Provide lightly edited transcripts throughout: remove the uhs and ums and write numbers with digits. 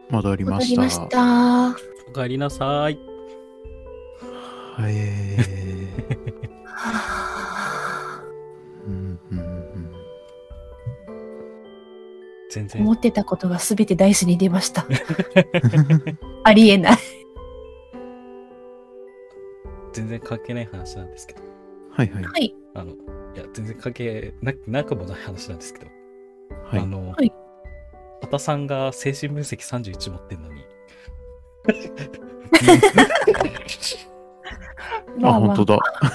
戻りました。 戻りました。 お帰りなさい。全然思ってたことがすべてダイスに出ました。ありえない。 全然関係ない話なんですけど。 はいはい。 はい。 いや、全然関係なくもない話なんですけど。 はい。 はい。 パタさんが精神分析31持ってんのに。 本当だ。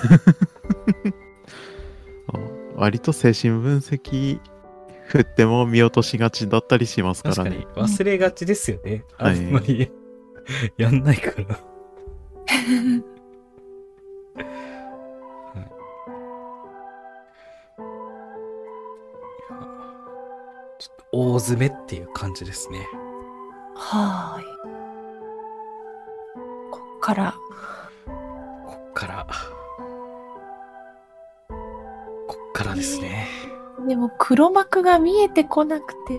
割と精神分析振っても見落としがちだったりしますからね。 確かに忘れがちですよね。あんまりやんないから。ちょっと大詰めっていう感じですね。 はーい。こっからですね。 でも黒幕が見えてこなくて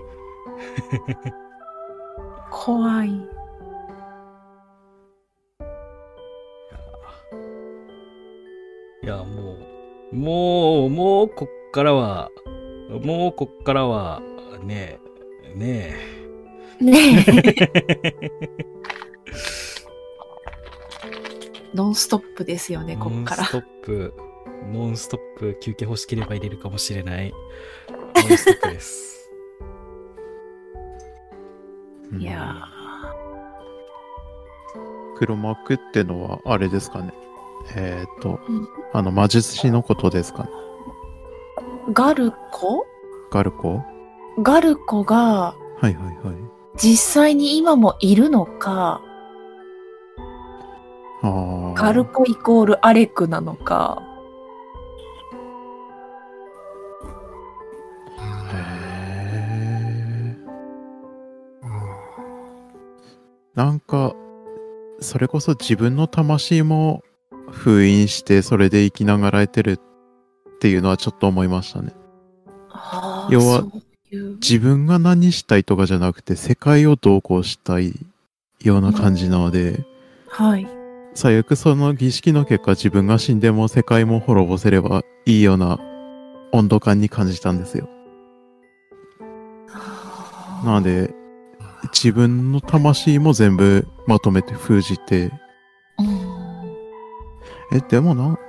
怖い。 いや、もうこっからはねえノンストップですよね、こっから。 ノンストップ休憩欲しければ入れるかもしれない。ノンストップです。 いや黒幕ってのはあれですかね。魔術師のことですかね。 ガルコが実際に今もいるのか、ガルコイコールアレクなのか。 なんかそれこそ自分の魂も封印してそれで生きながらえてるっていうのはちょっと思いましたね。要は自分が何したいとかじゃなくて世界をどうこうしたいような感じなので、 はい、 最悪その儀式の結果自分が死んでも世界も滅ぼせればいいような温度感に感じたんですよ。なので自分の魂も全部まとめて封じて、でも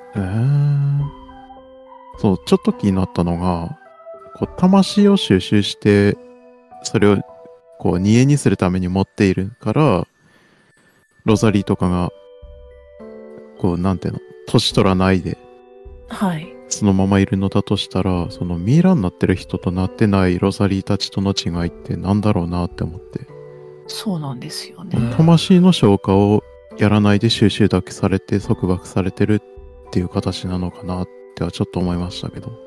そう、ちょっと気になったのが、魂を収集して、それを煮えにするために持っているから、ロザリーとかが、なんていうの、年取らないで、 はい。 そのままいるのだとしたら、そのミイラになってる人となってないロザリーたちとの違いってなんだろうなって思って。 そうなんですよね。 魂の消化をやらないで収集だけされて束縛されてるっていう形なのかなってはちょっと思いましたけど。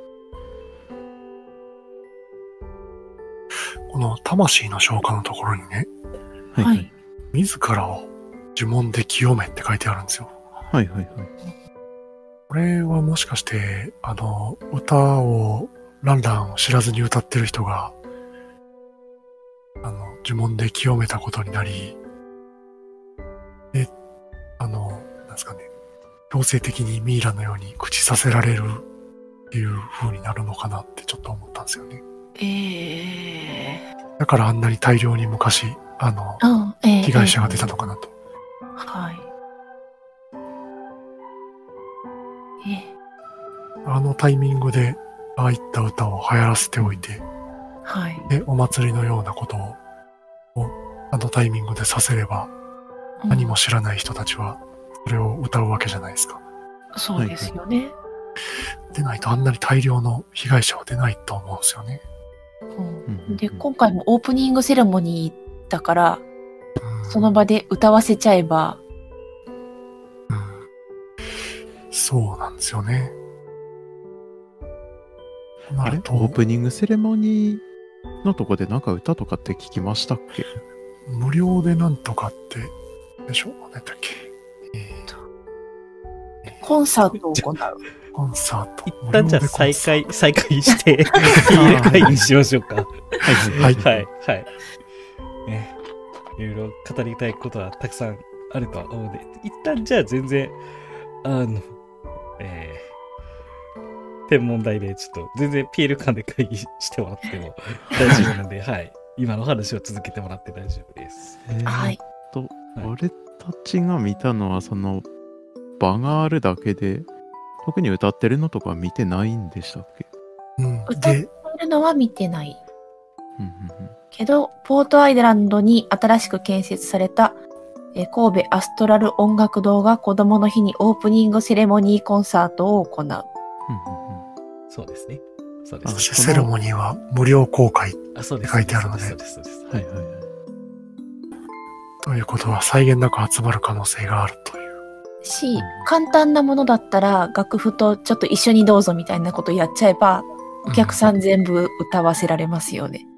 この魂の消化のところにね、 はい。 自らを呪文で清めって書いてあるんですよ。 はいはいはい。 これはもしかして、歌をランランを知らずに歌ってる人が、呪文で清めたことになり、で、なんですかね、強制的にミイラのように口させられるっていう風になるのかなってちょっと思ったんですよね。だからあんなに大量に昔、被害者が出たのかなと。 はい。 あのタイミングで、ああいった歌を流行らせておいて、 はい。 で、お祭りのようなことを、あのタイミングでさせれば、何も知らない人たちは、それを歌うわけじゃないですか。 そうですよね。 でないとあんなに大量の被害者は出ないと思うんですよね。 で、今回もオープニングセレモニーだから、その場で歌わせちゃえば。 そうなんですよね。 あれ？オープニングセレモニーのとこでなんか歌とかって聞きましたっけ？ 無料でなんとかって、でしょ？何だっけ？ コンサートを行う。 コンサート。 一旦じゃあ再開して、フィール会にしましょうか。 はい。 ね。いいろいろ語りたいことはたくさんあるとは思うので、一旦じゃあ全然、天文台でちょっと全然 PL 間で会議してもらっても大丈夫なんで、はい。今の話を続けてもらって大丈夫です。 はい。 俺たちが見たのはその場があるだけで、特に歌ってるのとか見てないんでしたっけ？ 歌ってるのは見てない。 うんうんうん、 けど、ポートアイランドに新しく建設された、神戸アストラル音楽堂が子供の日にオープニングセレモニーコンサートを行う。 うんうんうん、 そうですね。そうです。 そしてセレモニーは無料公開って書いてあるので。 そうです。 はいはいはい。 ということは際限なく集まる可能性があるという。 簡単なものだったら楽譜とちょっと一緒にどうぞみたいなことやっちゃえば、お客さん全部歌わせられますよね。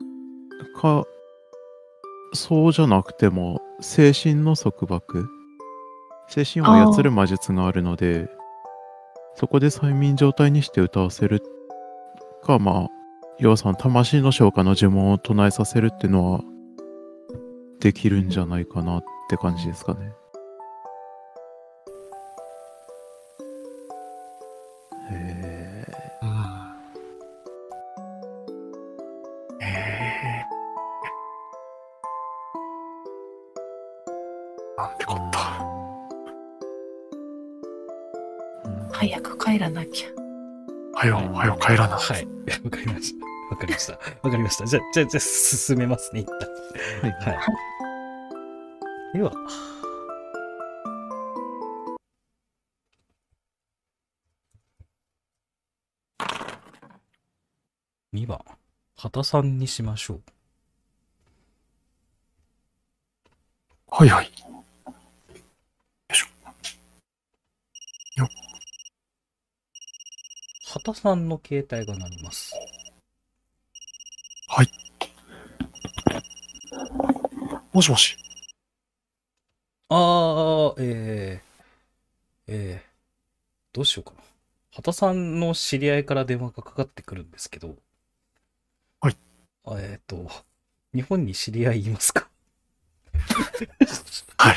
そうじゃなくても、精神の束縛、精神を操る魔術があるので、そこで催眠状態にして歌わせるか、まあ、要はその魂の昇華の呪文を唱えさせるっていうのはできるんじゃないかなって感じですかね。 なんてこった。 早く帰らなきゃ。 はよ帰らな。 はい。わかりました。じゃあ、進めますね、一旦。はい。では。2番、畑さんにしましょう。 はい。よいしょ。よっ。 畑さんの携帯が鳴ります。 はい。もしもし。 どうしようかな。畑さんの知り合いから電話がかかってくるんですけど。 はい。 日本に知り合いいますか？ はい。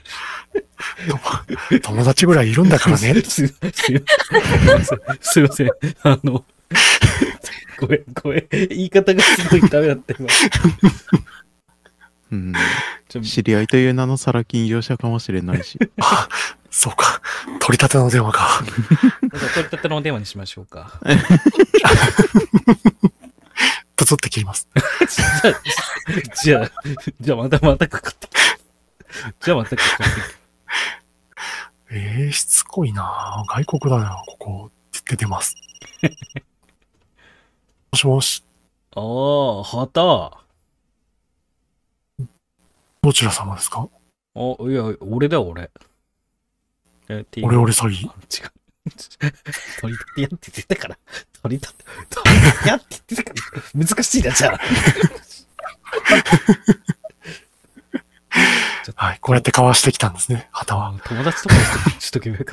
友達ぐらいいるんだからね。 すいません。ごめん。言い方がすごいダメだった今。 知り合いという名のサラ金業者かもしれないし。 あ、そうか。取り立ての電話か。 取り立ての電話にしましょうか。 プツって切ります。 じゃあまたかかって。 しつこいな。外国だよ、ここ。って出ます。もしもし。 畑。 どちら様ですか？ いや、俺だよ、俺。 俺詐欺。 違う。取り立てやって言ってたから。取り立てやって言ってたから。難しいな、じゃあ。 はい、こうやって交わしてきたんですね、畑は。 友達とかしとけばよかった。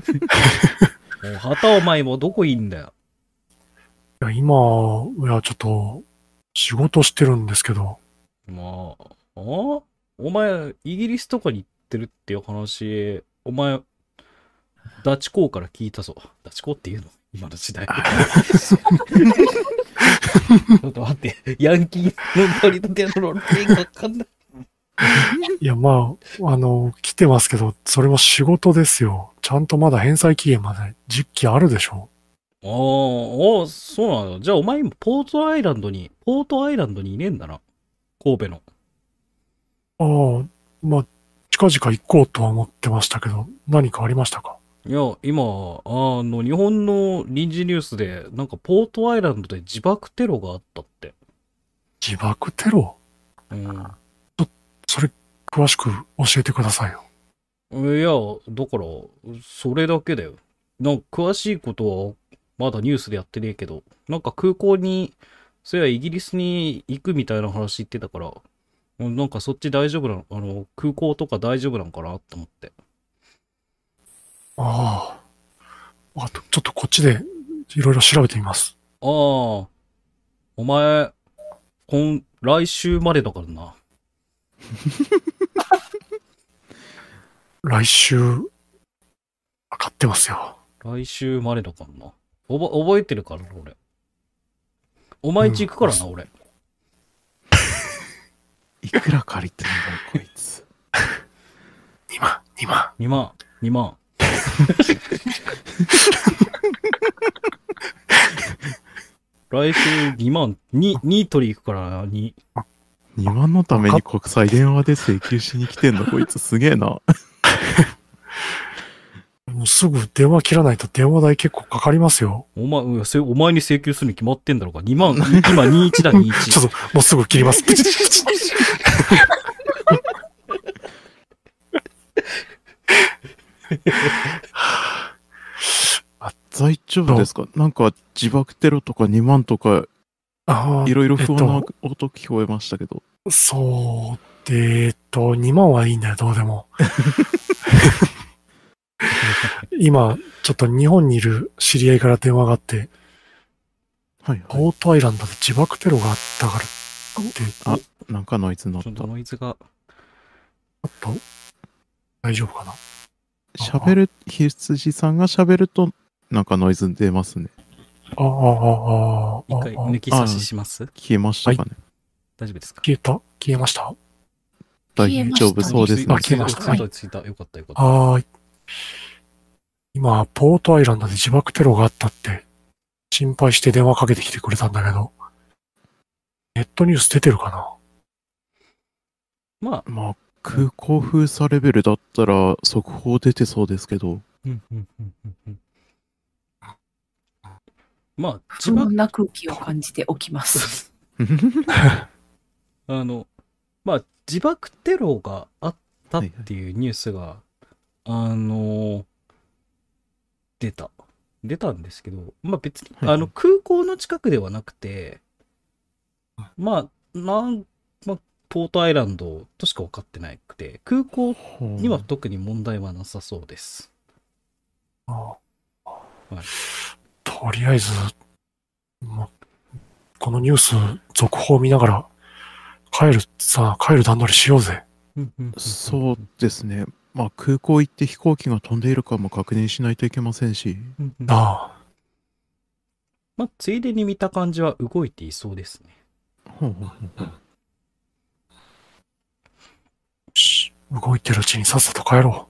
畑お前もどこいいんだよ。 いや、今、ちょっと、仕事してるんですけど。 お前、イギリスとかに行ってるっていう話、お前、ダチ公から聞いたぞ。ダチ公っていうの今の時代。ちょっと待って、ヤンキーの取り立てのロールプレイがわかんない。 いや、まあ、来てますけど、それは仕事ですよ。ちゃんとまだ返済期限まで時期あるでしょ。 そうなの。じゃあお前今ポートアイランドにいねえんだな。神戸の。 まあ、近々行こうとは思ってましたけど、何かありましたか？ いや、今、日本の臨時ニュースで、なんかポートアイランドで自爆テロがあったって。 自爆テロ？それ、詳しく教えてくださいよ。 いや、だから、それだけだよ。なんか詳しいことは、まだニュースでやってねえけど、なんか空港に、そういやイギリスに行くみたいな話言ってたから、なんかそっち大丈夫なの？空港とか大丈夫なのかなと思って。 ちょっとこっちでいろいろ調べてみます。 お前、来週までだからな。 来週、買ってますよ。 来週までだからな。覚えてるからな、俺。お前んち行くからな、俺。 いくら借りてんだよ、こいつ。 2万、2万。 2万、2万。来週2万、2取り行くからな、2。 2万のために国際電話で請求しに来てんの、こいつすげえな。 もうすぐ電話切らないと電話代結構かかりますよ。 お前に請求するに決まってんだろうか。2万、今21だ、21。 ちょっと、もうすぐ切ります。プチプチプチ大丈夫ですか？なんか自爆テロとか2万とかああ、 いろいろ不穏な音聞こえましたけど。 そうで、2万はいいんだよ、どうでも。今、ちょっと日本にいる知り合いから電話があって、 はいはい。 ポートアイランドで自爆テロがあったからって、 あ、なんかノイズ乗っちょっとた。 ノイズが。 ちょっと大丈夫かな。 喋る、羊さんが喋るとなんかノイズ出ますね。 一回抜き差しします？ 消えましたかね？ 大丈夫ですか？ 消えました。 大丈夫そうですね。 消えましたはい。ついた。よかったよかった。 はーい。今、ポートアイランドで自爆テロがあったって心配して電話かけてきてくれたんだけど、ネットニュース出てるかな？ まあ、 まあ、空港封鎖レベルだったら速報出てそうですけど。 まあ、 不穏な空気を感じておきます。 まあ、自爆テロがあったっていうニュースが、出たんですけど、まあ別に、 はいはい空港の近くではなくて、まあ、ポートアイランドとしか分かってなくて、空港には特に問題はなさそうです。 とりあえず、このニュース続報見ながら帰る段取りしようぜ。 そうですね。まあ空港行って飛行機が飛んでいるかも確認しないといけませんし。 ああ。 まあ、ついでに見た感じは動いていそうですね。 動いてるうちにさっさと帰ろ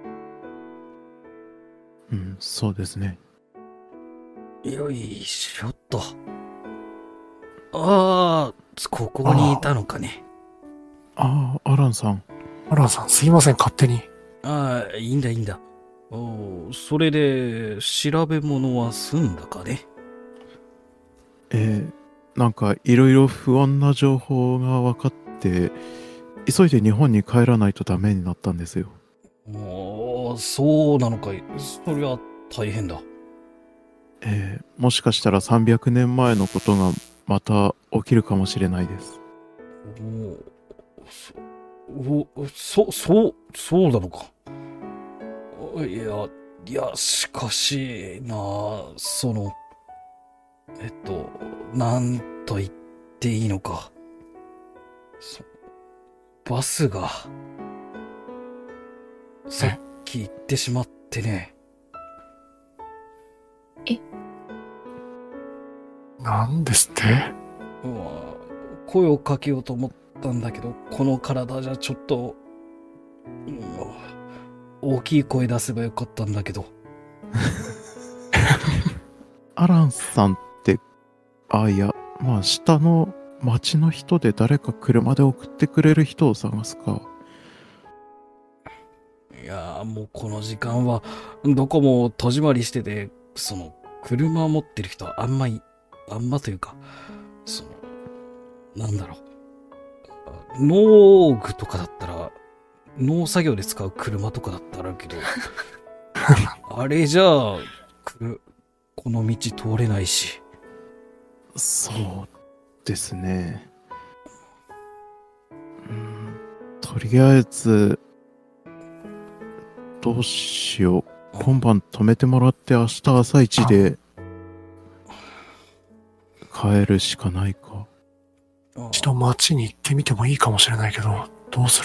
う。うん、そうですね。 よいしょっと。ああ、ここにいたのかね。 ああ、アランさん。 アランさん、すいません、勝手に。 ああ、いいんだいいんだ。それで、調べ物は済んだかね。 なんかいろいろ不穏な情報が分かって、急いで日本に帰らないとダメになったんですよ。 そうなのかい。そりゃ大変だ。 もしかしたら300年前のことがまた起きるかもしれないです。 そうなのか。いや、しかしなんと言っていいのか。バスが、さっき行ってしまってね。 なんですって？ 声をかけようと思ったんだけど、この体じゃちょっと、大きい声出せばよかったんだけど。 アランさんって、まあ下の町の人で誰か車で送ってくれる人を探すか。 いやー、もうこの時間はどこも戸締まりしてて、車を持ってる人はあんまというか、なんだろう。農具とかだったら、農作業で使う車とかだったらあるけど、あれじゃあ、この道通れないし。 そうですね。とりあえず、どうしよう。今晩泊めてもらって明日朝一で帰るしかないか。 一度街に行ってみてもいいかもしれないけど、 どうする？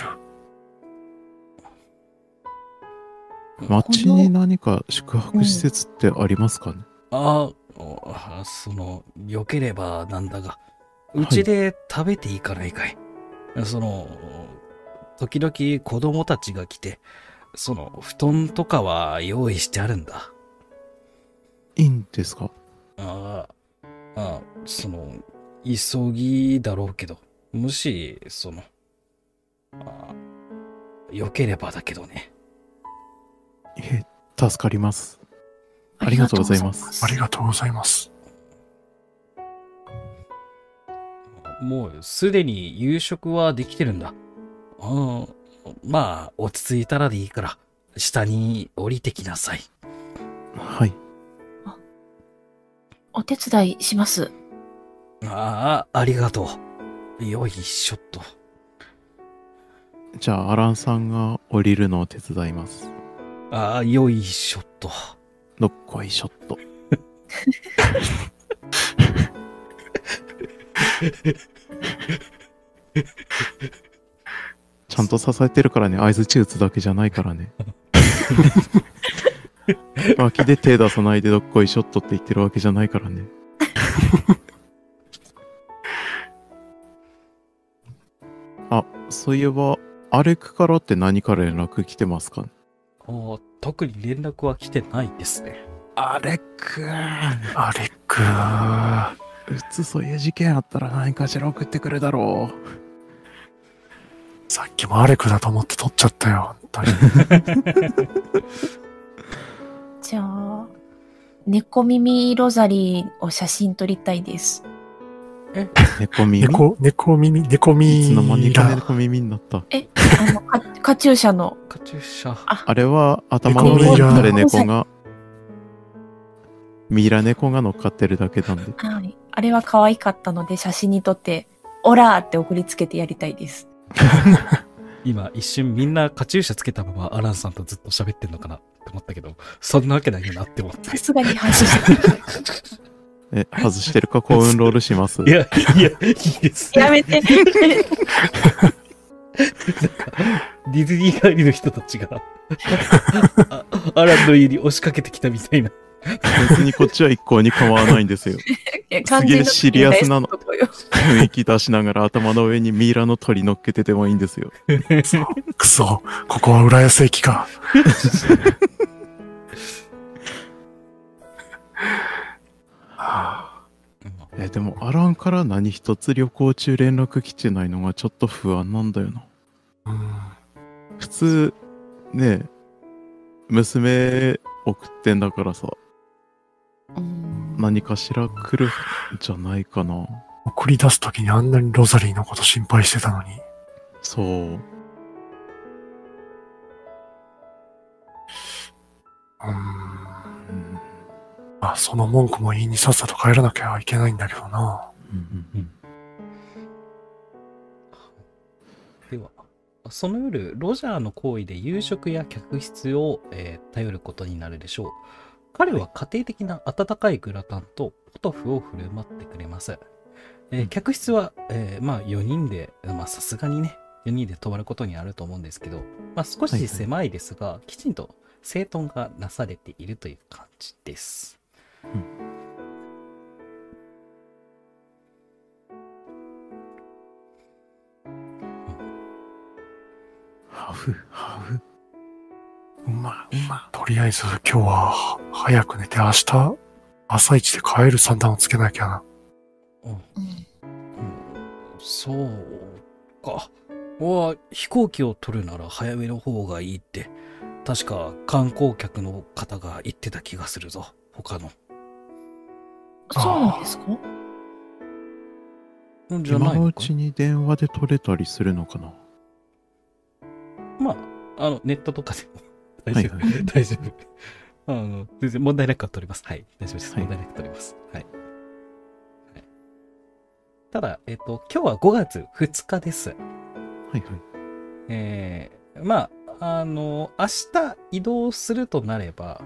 町に何か宿泊施設ってありますかね？ よければなんだが、うちで食べていいかないかい。時々子供たちが来て、布団とかは用意してあるんだ。 いいんですか？ 急ぎだろうけど、もし、よければだけどね。 助かります。ありがとうございます。 ありがとうございます。 もうすでに夕食はできてるんだ。まあ、落ち着いたらでいいから、下に降りてきなさい。 はい。 お手伝いします。 ありがとう。よいしょっと。 じゃあ、アランさんが降りるのを手伝います。 よいしょっと。 どっこいしょっと。ちゃんと支えてるからね、合図打つだけじゃないからね。脇で手出さないでどっこいショットって言ってるわけじゃないからね。そういえば、アレクからって何から連絡来てますか？ 特に連絡は来てないですね。 アレク。普通そういう事件あったら何かしら送ってくるだろう。 さっきもアレクだと思って撮っちゃったよ、本当に。 じゃあ、猫耳ロザリーを写真撮りたいです。 猫耳？ 猫耳いつの間にか猫耳になった。 カチューシャの。 カチューシャ。 あれは頭の上に乗ってる猫が、ミイラ猫が乗っかってるだけなんで。 はい。あれは可愛かったので写真に撮って、オラーって送りつけてやりたいです。 今一瞬みんなカチューシャつけたままアランさんとずっと喋ってんのかなって思ったけど、そんなわけないよなって思って。 さすがに外してる。 外してるか幸運ロールします？ いいです。 やめて。 なんかディズニー帰りの人たちがアランの家に押しかけてきたみたいな。 別にこっちは一向に構わないんですよ。すげえシリアスなの雰囲気出しながら頭の上にミイラの鳥乗っけててもいいんですよ。 くそ、ここは浦安駅か。 でもアランから何一つ旅行中連絡来てないのがちょっと不安なんだよな。普通ね、娘送ってんだからさ、何かしら来るんじゃないかな。 送り出すときにあんなにロザリーのこと心配してたのに。 そう。 その文句も言いにさっさと帰らなきゃいけないんだけどな。 では、その夜、ロジャーの行為で夕食や客室を、頼ることになるでしょう。彼は家庭的な温かいグラタンとポトフを振る舞ってくれます。客室は、4人で、さすがにね、4人で泊まることになると思うんですけど、少し狭いですが、きちんと整頓がなされているという感じです。 ハフ。うま。 とりあえず今日は早く寝て明日朝一で帰る算段をつけなきゃな。 そうか。飛行機を取るなら早めの方がいいって、確か観光客の方が言ってた気がするぞ、他の。 そうなんですか？ じゃないのか？ 今のうちに電話で取れたりするのかな。 ネットとかでも大丈夫。大丈夫。全然問題なく取れます。はい。大丈夫です。問題なく取れます。はい。ただ、今日は5月2日です。明日移動するとなれば、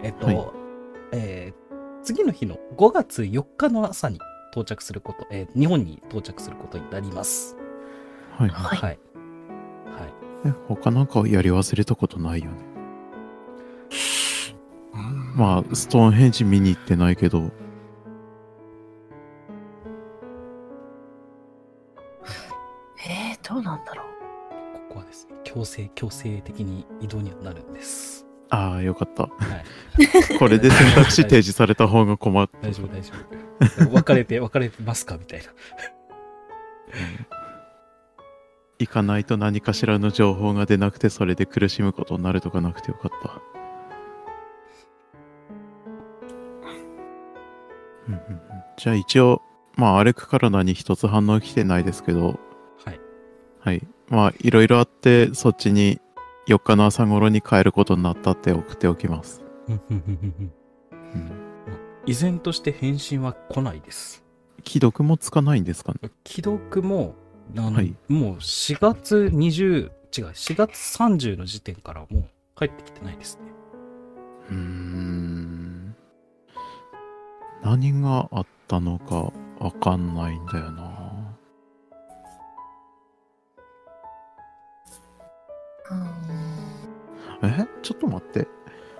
次の日の5月4日の朝に到着すること、日本に到着することになります。はい。 他なんかやり忘れたことないよね。まあ、ストーンヘンジ見に行ってないけど。 どうなんだろう。 ここはですね、強制的に移動にはなるんです。 ああ、よかった。 はい。 これで選択肢提示された方が困る。 大丈夫。分かれてますかみたいな。 行かないと何かしらの情報が出なくて、それで苦しむことになるとかなくてよかった。じゃあ一応、まあ、アレクから何一つ反応来てないですけど、はい。まあ、いろいろあって、そっちに4日の朝頃に帰ることになったって送っておきます。 依然として返信は来ないです。 既読もつかないんですかね。 既読も、 はい、 もう4月30の時点からもう帰ってきてないですね。 何があったのかわかんないんだよな。ちょっと待って。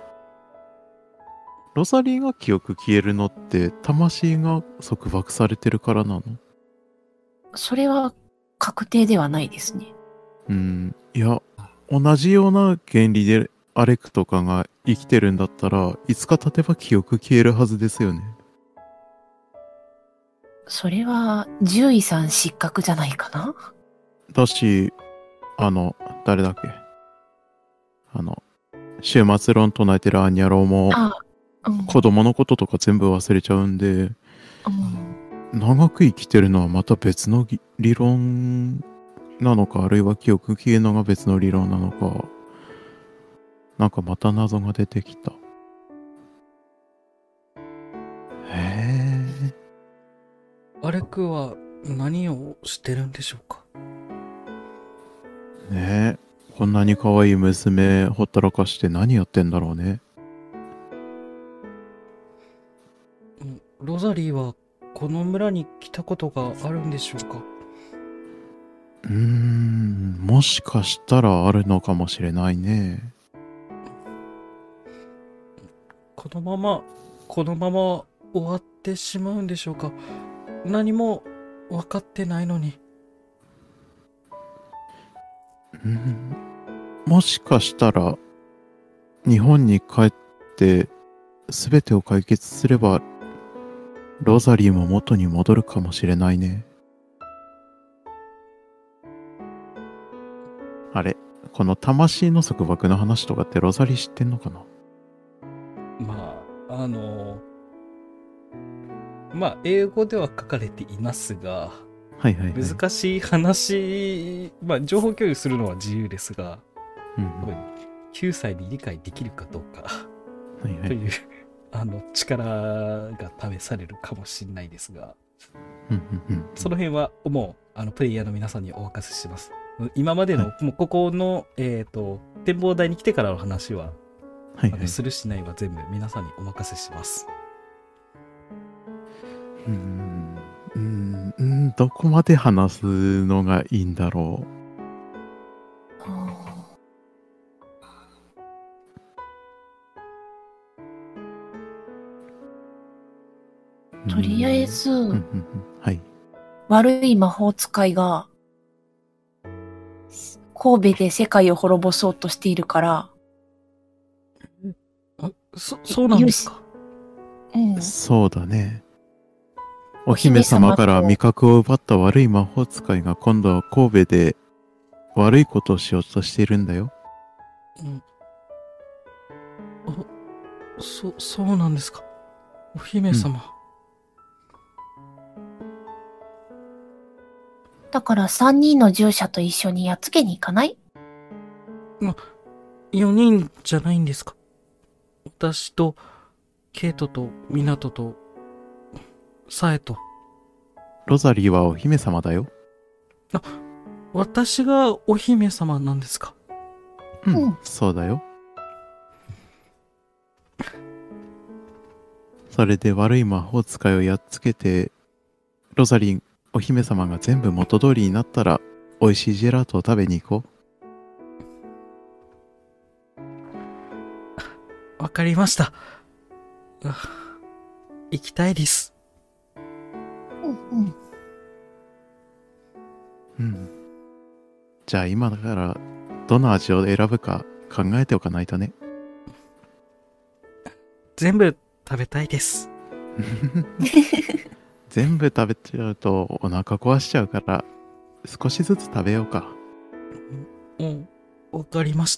ロザリーが記憶消えるのって魂が束縛されてるからなの？ それは確定ではないですね。 いや、同じような原理でアレクとかが生きてるんだったらいつか経てば記憶消えるはずですよね。 それは獣医さん失格じゃないかな。 だし、誰だっけ、終末論唱えてるアニャロも、子供のこととか全部忘れちゃうんで、長く生きてるのはまた別の理論なのか、あるいは記憶消えるのが別の理論なのか、なんかまた謎が出てきた。 アレクは何をしてるんでしょうかねえ、こんなに可愛い娘ほったらかして何やってんだろうね。 ロザリーはこの村に来たことがあるんでしょうか？ もしかしたらあるのかもしれないね。 このまま終わってしまうんでしょうか？何も分かってないのに。 もしかしたら日本に帰って全てを解決すればロザリーも元に戻るかもしれないね。あれ、この魂の束縛の話とかってロザリー知ってんのかな？ 英語では書かれていますが、難しい話、情報共有するのは自由ですが、9歳に理解できるかどうか、という力が試されるかもしれないですが、その辺はもうプレイヤーの皆さんにお任せします。今までの、もうここの、展望台に来てからの話は、するしないは全部皆さんにお任せします。 どこまで話すのがいいんだろう。とりあえず、悪い魔法使いが神戸で世界を滅ぼそうとしているから。 そうなんですか？ そうだね。お姫様から味覚を奪った悪い魔法使いが今度は神戸で悪いことをしようとしているんだよ。 そうなんですか。お姫様。 だから3人の従者と一緒にやっつけに行かない？ 4人じゃないんですか？私とケイトとミナトとサエと。 ロザリーはお姫様だよ。 私がお姫様なんですか？ そうだよ。それで悪い魔法使いをやっつけて、ロザリーお姫様が全部元通りになったら美味しいジェラートを食べに行こう。 わかりました。行きたいです。 じゃあ今だからどの味を選ぶか考えておかないとね。 全部食べたいです。 全部食べちゃうとお腹壊しちゃうから少しずつ食べようか。 わかりました。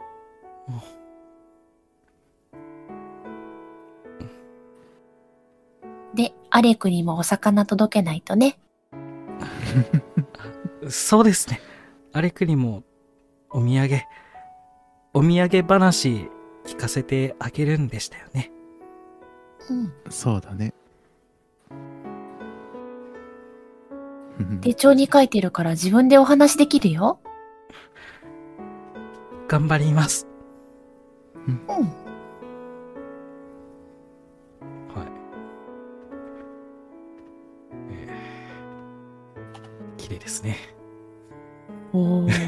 で、アレクにもお魚届けないとね。 そうですね。アレクにもお土産話聞かせてあげるんでしたよね。 そうだね。 手帳に書いてるから自分でお話できるよ。 頑張ります。はい。綺麗ですね。 おー。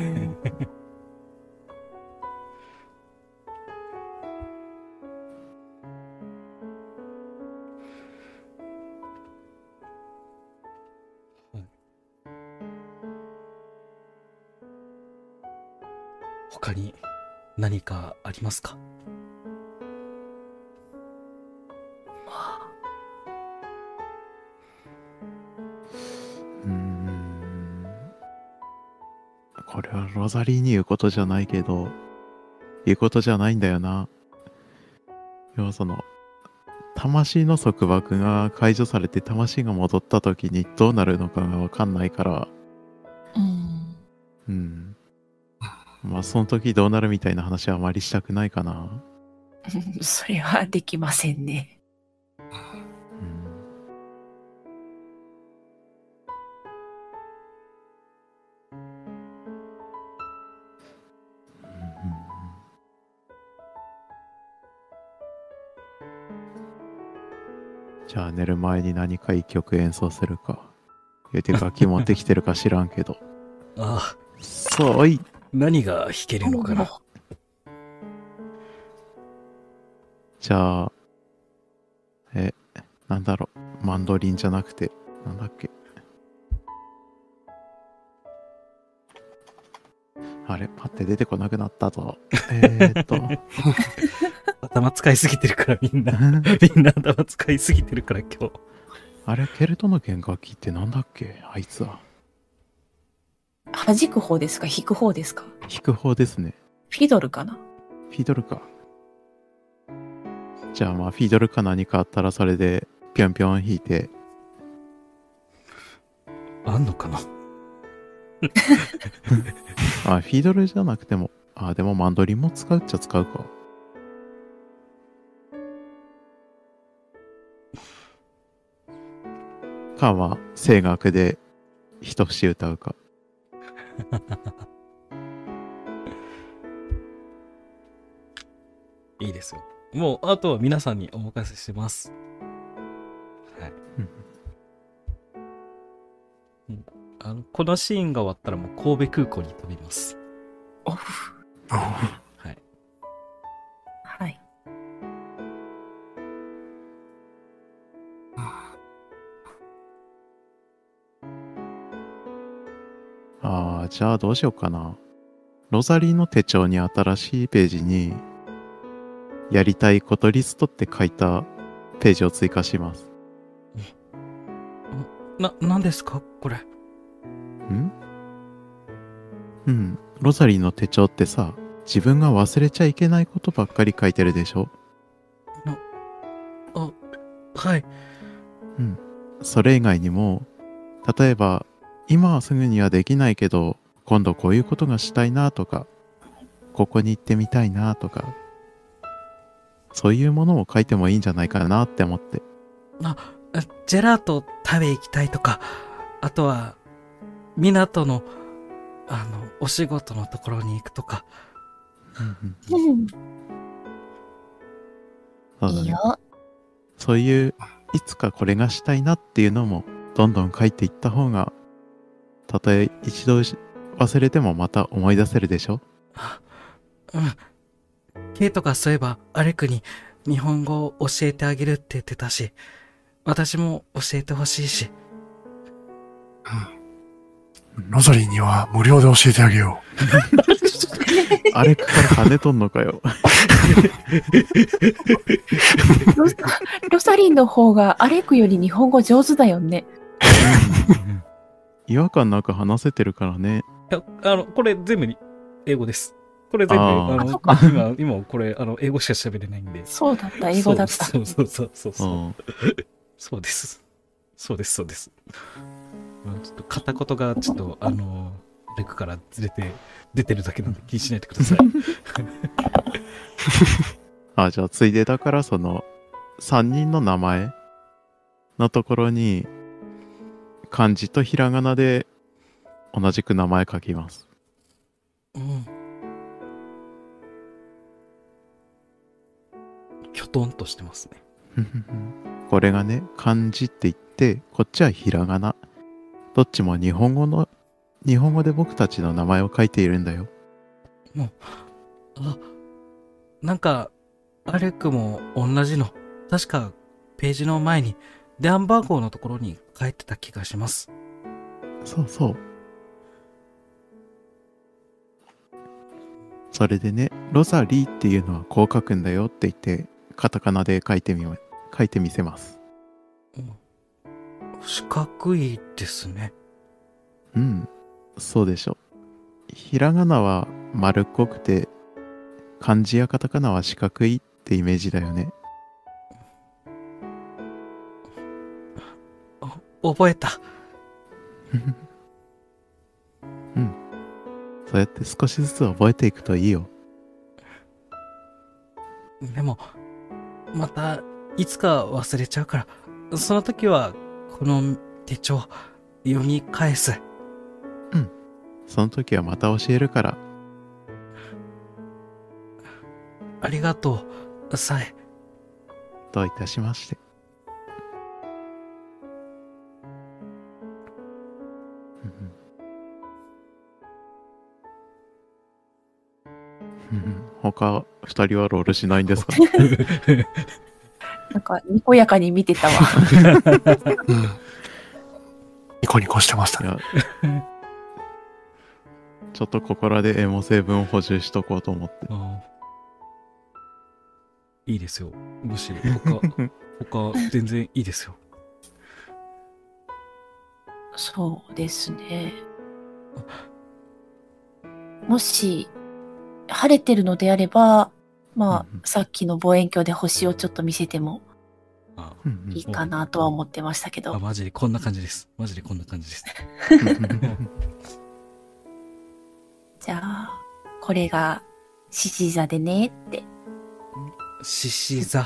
他に何かありますか？ これはロザリーに言うことじゃないけど、言うことじゃないんだよな。要はその魂の束縛が解除されて魂が戻った時にどうなるのかが分かんないから、まあその時どうなるみたいな話はあまりしたくないかな。 それはできませんね。 じゃあ寝る前に何か一曲演奏するか。言うて楽器持ってきてるか知らんけど。 ああ。 そうい。 何が弾けるのかな。 じゃあ、なんだろう。マンドリンじゃなくて、なんだっけ。あれパッて出てこなくなったぞ。 頭使いすぎてるからみんな頭使いすぎてるから今日。 あれケルトの弦楽器ってなんだっけあいつは。 弾く方ですか弾く方ですか？ 弾く方ですね。 フィドルかな？ フィドルか。じゃあまあフィドルか何かあったらそれでぴょんぴょん弾いて。 あんのかなフィドルじゃなくても、でもマンドリンも使うっちゃ使うか。かは声楽で一節歌うか。 いいですよ。もうあとは皆さんにお任せしてます。はい。このシーンが終わったらもう神戸空港に飛びます。 オフ。 はい。 はい。 じゃあどうしようかな。ロザリーの手帳に新しいページにやりたいことリストって書いたページを追加します。 何ですかこれ。 ロザリーの手帳ってさ、自分が忘れちゃいけないことばっかり書いてるでしょ？ はい。 それ以外にも、例えば今はすぐにはできないけど今度こういうことがしたいなとか、ここに行ってみたいなとか、そういうものを書いてもいいんじゃないかなって思って。 ジェラート食べ行きたいとか、あとは港のお仕事のところに行くとか。 いいよ。 そういういつかこれがしたいなっていうのもどんどん書いていった方が、たとえ一度忘れてもまた思い出せるでしょ？ ケイトがそういえばアレクに日本語を教えてあげるって言ってたし、私も教えてほしいし。 ロザリーには無料で教えてあげよあれから金取んのかよ。 ロサリンの方がアレクより日本語上手だよね。 違和感なく話せてるからね。 いや、これ全部英語です。これ全部、 そっか今これ、英語しか喋れないんで。 そうだった、英語だった。 そう。 うんそうです。そうです。ちょっと片言がちょっとレクからずれて出てるだけなんで気にしないでください。 じゃあついでだからその3人の名前のところに漢字とひらがなで同じく名前書きます。 きょとんとしてますね。 これがね、漢字って言ってこっちはひらがな。どっちも日本語で僕たちの名前を書いているんだよ。 なんかアレクも同じの、確かページの前に電話番号のところに書いてた気がします。 そう。それでね、ロザリーっていうのはこう書くんだよって言ってカタカナで書いてみせます。 四角いですね。 そうでしょ。ひらがなは丸っこくて、漢字やカタカナは四角いってイメージだよね。 覚えた。 そうやって少しずつ覚えていくといいよ。 でもまたいつか忘れちゃうから、その時はこの手帳読み返す。 その時はまた教えるから。 ありがとう、さえ。 どういたしまして。他2人はロールしないんですか？ なんか、にこやかに見てたわ。 ニコニコしてましたね。 ちょっとここらでエモ成分を補充しとこうと思って。 いいですよ。むしろ他全然いいですよ。 そうですね。もし、晴れてるのであれば、さっきの望遠鏡で星をちょっと見せてもいいかなとは思ってましたけど。 マジでこんな感じです。マジでこんな感じです。 じゃあ、これが獅子座でねって。 獅子座。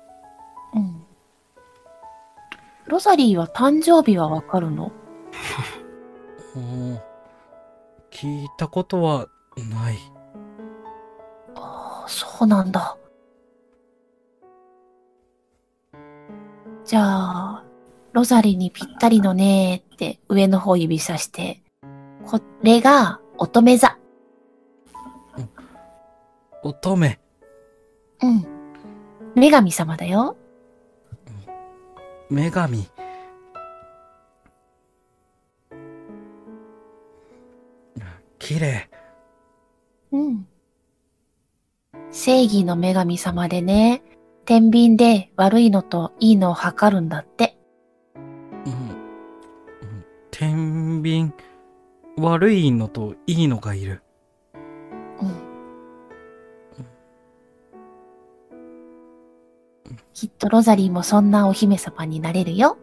ロザリーは誕生日はわかるの？ 聞いたことはない。 そうなんだ。じゃあ、ロザリーにぴったりのねーって上の方指さして、これが乙女座。 乙女。 女神様だよ。 女神。綺麗。 正義の女神様でね、天秤で悪いのといいのを測るんだって。 天秤、悪いのといいのがいる。 きっとロザリーもそんなお姫様になれるよ。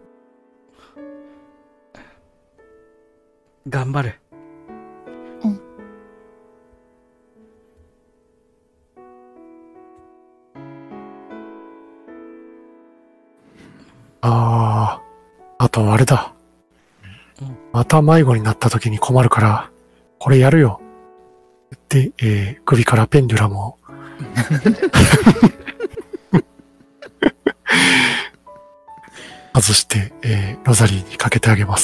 頑張る。 あとあれだ。また迷子になった時に困るから、これやるよ。で、首からペンデュラムを。外して、ロザリーにかけてあげます。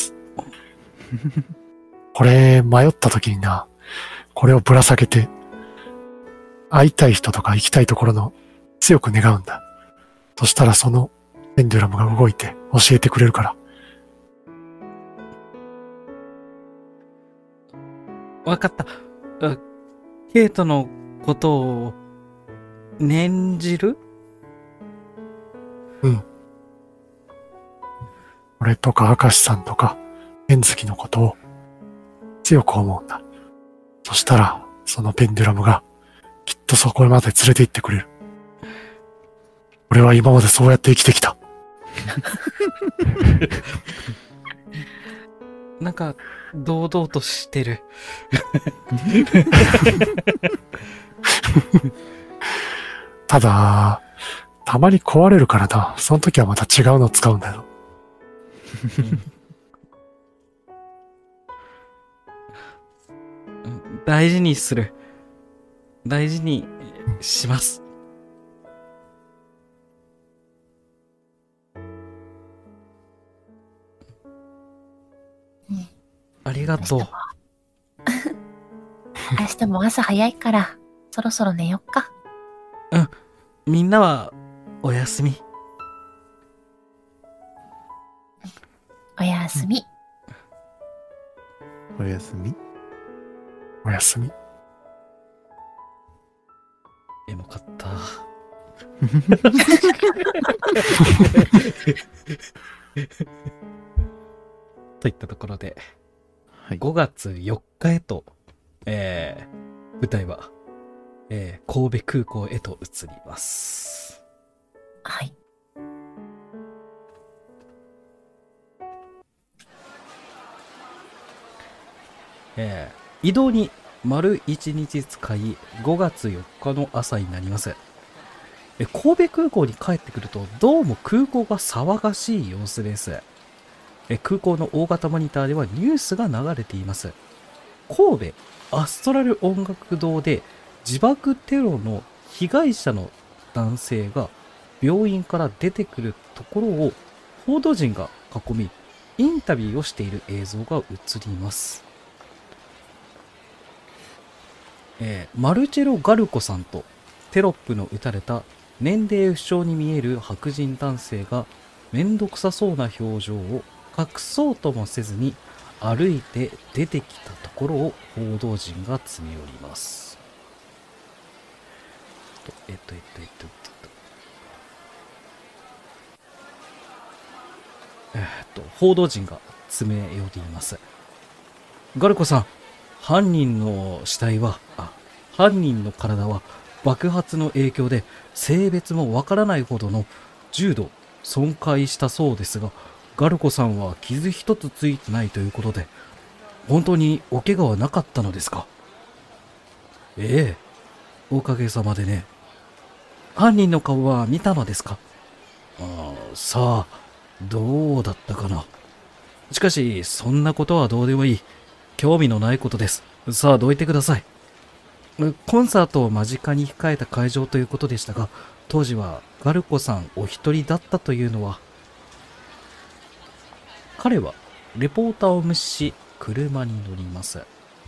これ、迷った時にな、これをぶら下げて、 会いたい人とか行きたいところの強く願うんだ。そしたらそのペンデュラムが動いて教えてくれるから。 わかった。ケイトのことを念じる？ うん。俺とか明石さんとかペン好きのことを強く思うんだ。そしたらそのペンデュラムがきっとそこまで連れて行ってくれる。俺は今までそうやって生きてきた。 なんか、堂々としてる。 ただ、たまに壊れるからな。その時はまた違うの使うんだよ。 大事にする。大事にします。ありがとう。 明日も朝早いから、そろそろ寝よっか。 うん。みんなは、おやすみ。 おやすみ。 おやすみ。 おやすみ。 エモかった。といったところで、 はい。 5月4日へと、舞台は、神戸空港へと移ります。 はい。 移動に丸1日使い、5月4日の朝になります。神戸空港に帰ってくると、どうも空港が騒がしい様子です。空港の大型モニターではニュースが流れています。神戸アストラル音楽堂で自爆テロの被害者の男性が病院から出てくるところを報道陣が囲み、インタビューをしている映像が映ります。マルチェロ・ガルコさんとテロップの打たれた年齢不詳に見える白人男性がめんどくさそうな表情を隠そうともせずに歩いて出てきたところを報道陣が詰め寄ります。報道陣が詰め寄ります。ガルコさん、犯人の体は爆発の影響で性別もわからないほどの重度損壊したそうですが、ガルコさんは傷一つついてないということで、本当にお怪我はなかったのですか？ええ、おかげさまでね。犯人の顔は見たのですか？さあ、どうだったかな。しかし、そんなことはどうでもいい。興味のないことです。さあ、どいてください。コンサートを間近に控えた会場ということでしたが、当時はガルコさんお一人だったというのは。彼はレポーターを無視し車に乗ります。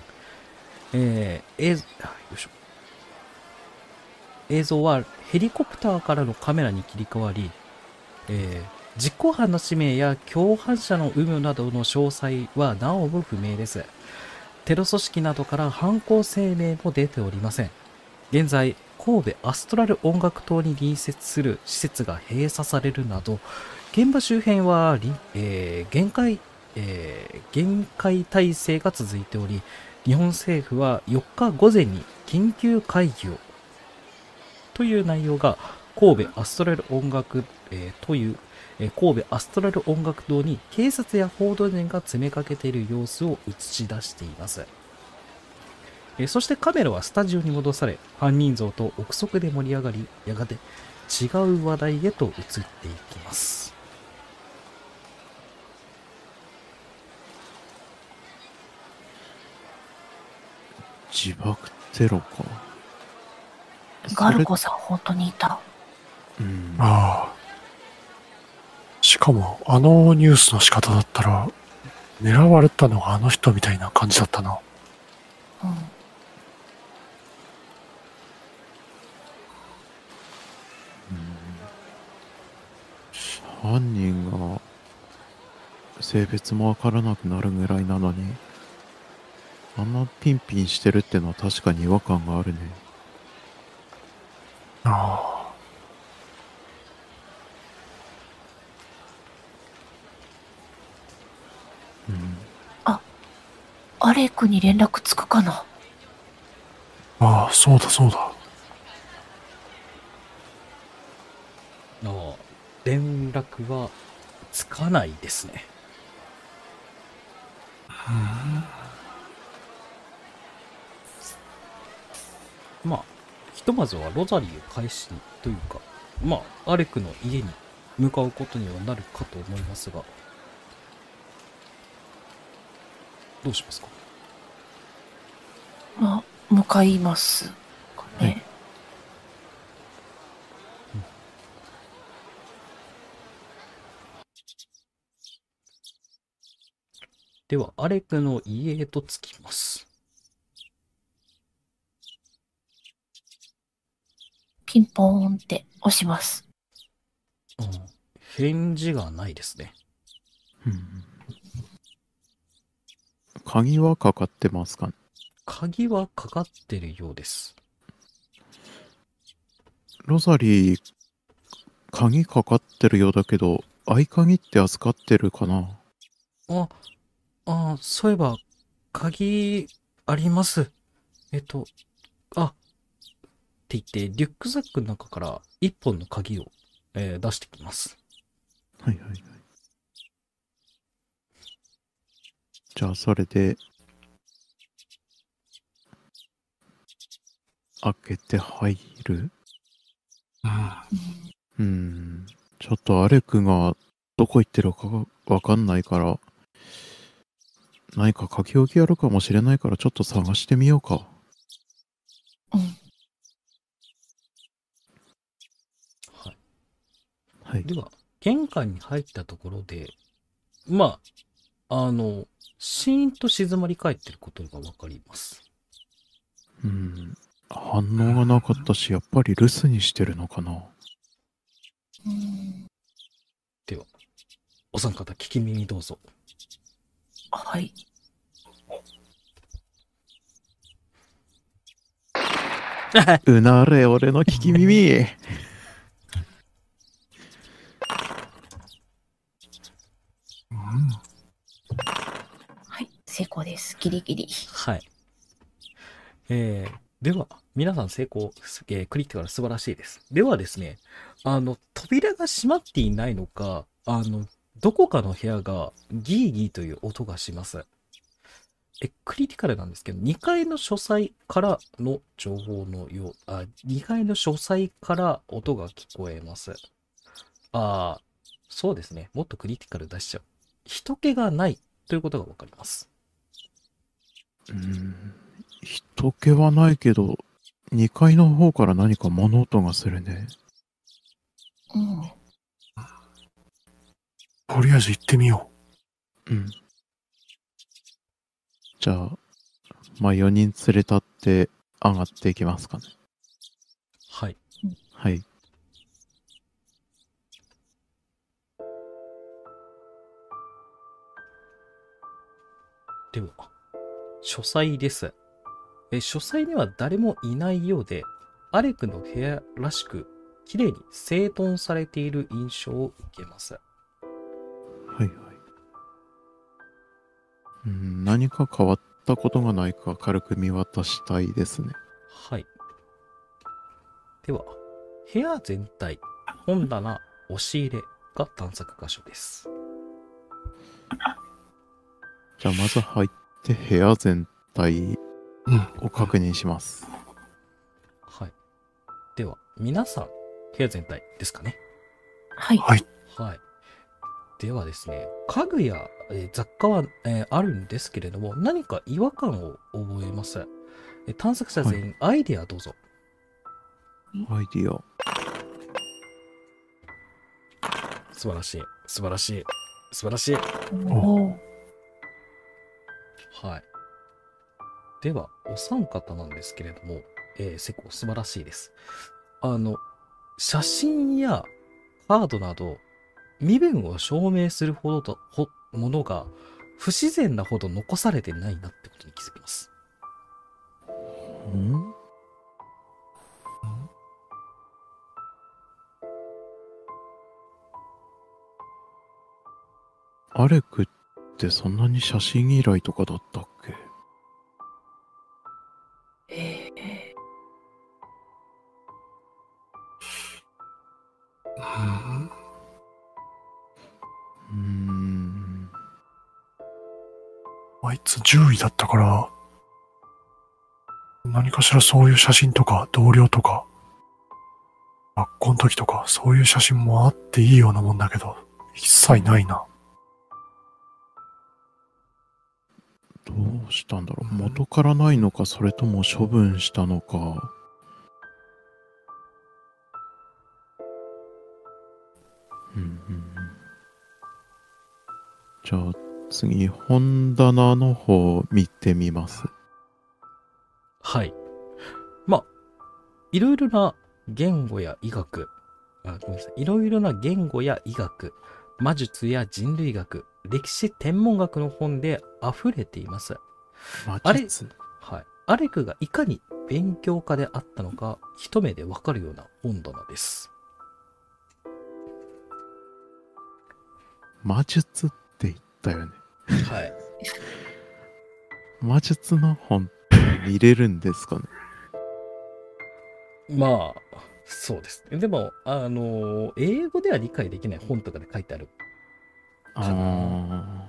映像はヘリコプターからのカメラに切り替わり、実行犯の氏名や共犯者の有無などの詳細はなおも不明です。テロ組織などから犯行声明も出ておりません。現在、神戸アストラル音楽堂に隣接する施設が閉鎖されるなど、現場周辺は厳戒態勢が続いており、日本政府は4日午前に緊急会議をという内容が神戸アストラル音楽堂に警察や報道陣が詰めかけている様子を映し出しています。そしてカメラはスタジオに戻され、犯人像と憶測で盛り上がり、やがて違う話題へと移っていきます。 自爆テロか。 ガルコさん本当にいた。 ああ。しかも、あのニュースの仕方だったら、狙われたのがあの人みたいな感じだったな。 犯人が性別もわからなくなるぐらいなのに、あんなピンピンしてるってのは確かに違和感があるね。 あうん。 アレクに連絡つくかな。 あ、そうだそうだ。 ああ、連絡はつかないですね。まあ、ひとまずはロザリーを返しにというか、まあ、アレクの家に向かうことにはなるかと思いますが、どうしますか？ まあ、向かいますかね。 はいでは、アレクの家へと着きます。 ピンポーンって押します。 うん、返事がないですね。 うん。鍵はかかってますかね？ 鍵はかかってるようです。 ロザリー、鍵かかってるようだけど、合鍵って預かってるかな？ そういえば、鍵あります。って言って、リュックサックの中から一本の鍵を、出してきます。 はいはいはい。じゃあ、それで、開けて入る？ちょっとアレクがどこ行ってるかがわかんないから、何か書き置きあるかもしれないからちょっと探してみようか。 うん。 はい。 はい。 では、玄関に入ったところで、まあ、シーンと静まり返ってることがわかります。 反応がなかったし、やっぱり留守にしてるのかな。 では、お三方聞き耳どうぞ。 はい。 うなれ、俺の聞き耳。 はい。成功です。ギリギリ。 はい。では、皆さん成功、クリティカル素晴らしいです。ではですね、扉が閉まっていないのか、どこかの部屋がギーギーという音がします。クリティカルなんですけど、2階の書斎からの情報のよう、2階の書斎から音が聞こえます。そうですね。もっとクリティカル出しちゃう。人気がないということがわかります。 人気はないけど、2階の方から何か物音がするね。 とりあえず行ってみよじゃあ、4人連れ立って上がっていきますかね。 はい。 はい。 では、書斎です。書斎には誰もいないようで、アレクの部屋らしく、綺麗に整頓されている印象を受けます。 はいはい。何か変わったことがないか軽く見渡したいですね。 はい。では、部屋全体、本棚、押し入れが探索箇所です。 じゃあまず入って部屋全体を確認します。 はい。では、皆さん、部屋全体ですかね。 はい。 はい。 はい。ではですね、家具や、雑貨は、あるんですけれども、何か違和感を覚えます。探索者全員、アイデアどうぞ。 アイディア。 素晴らしい。素晴らしい。素晴らしい。 おー。 はい。では、お三方なんですけれども、成功素晴らしいです。写真やカードなど、 身分を証明するものが不自然なほど残されてないなってことに気づきます。 んアレクってそんなに写真依頼とかだったっけ？ あいつ10位だったから、何かしらそういう写真とか同僚とか、学校の時とかそういう写真もあっていいようなもんだけど、一切ないな。 どうしたんだろう。元からないのか、それとも処分したのか。じゃあ次、本棚の方を見てみます。 はい。まあ、いろいろな言語や医学、ごめんなさい。いろいろな言語や医学、魔術や人類学、歴史天文学の本で溢れています。 魔術？ はい。アレクがいかに勉強家であったのか、一目でわかるような本棚です。 魔術って言ったよね。 はい。 魔術の本って見れるんですかね？ まあ、そうですね。でも、英語では理解できない本とかで書いてあるかな。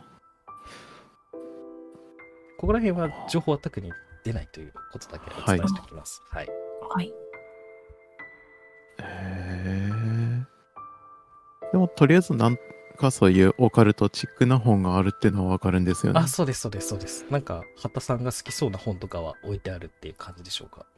ここら辺は情報は特に出ないということだけお伝えしておきます。はい。 はい。 でもとりあえずなんかそういうオカルトチックな本があるっていうのはわかるんですよね。 あ、そうです、そうです、そうです。なんか、畑さんが好きそうな本とかは置いてあるっていう感じでしょうか。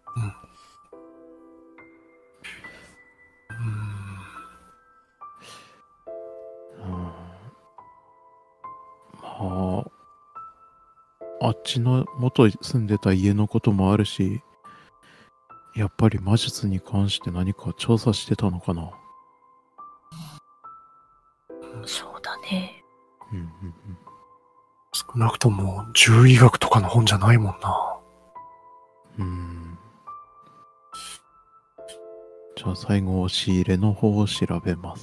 まあ、あっちの元住んでた家のこともあるし、やっぱり魔術に関して何か調査してたのかな。 そうだね。 少なくとも獣医学とかの本じゃないもんな。 じゃあ最後押し入れの方を調べます。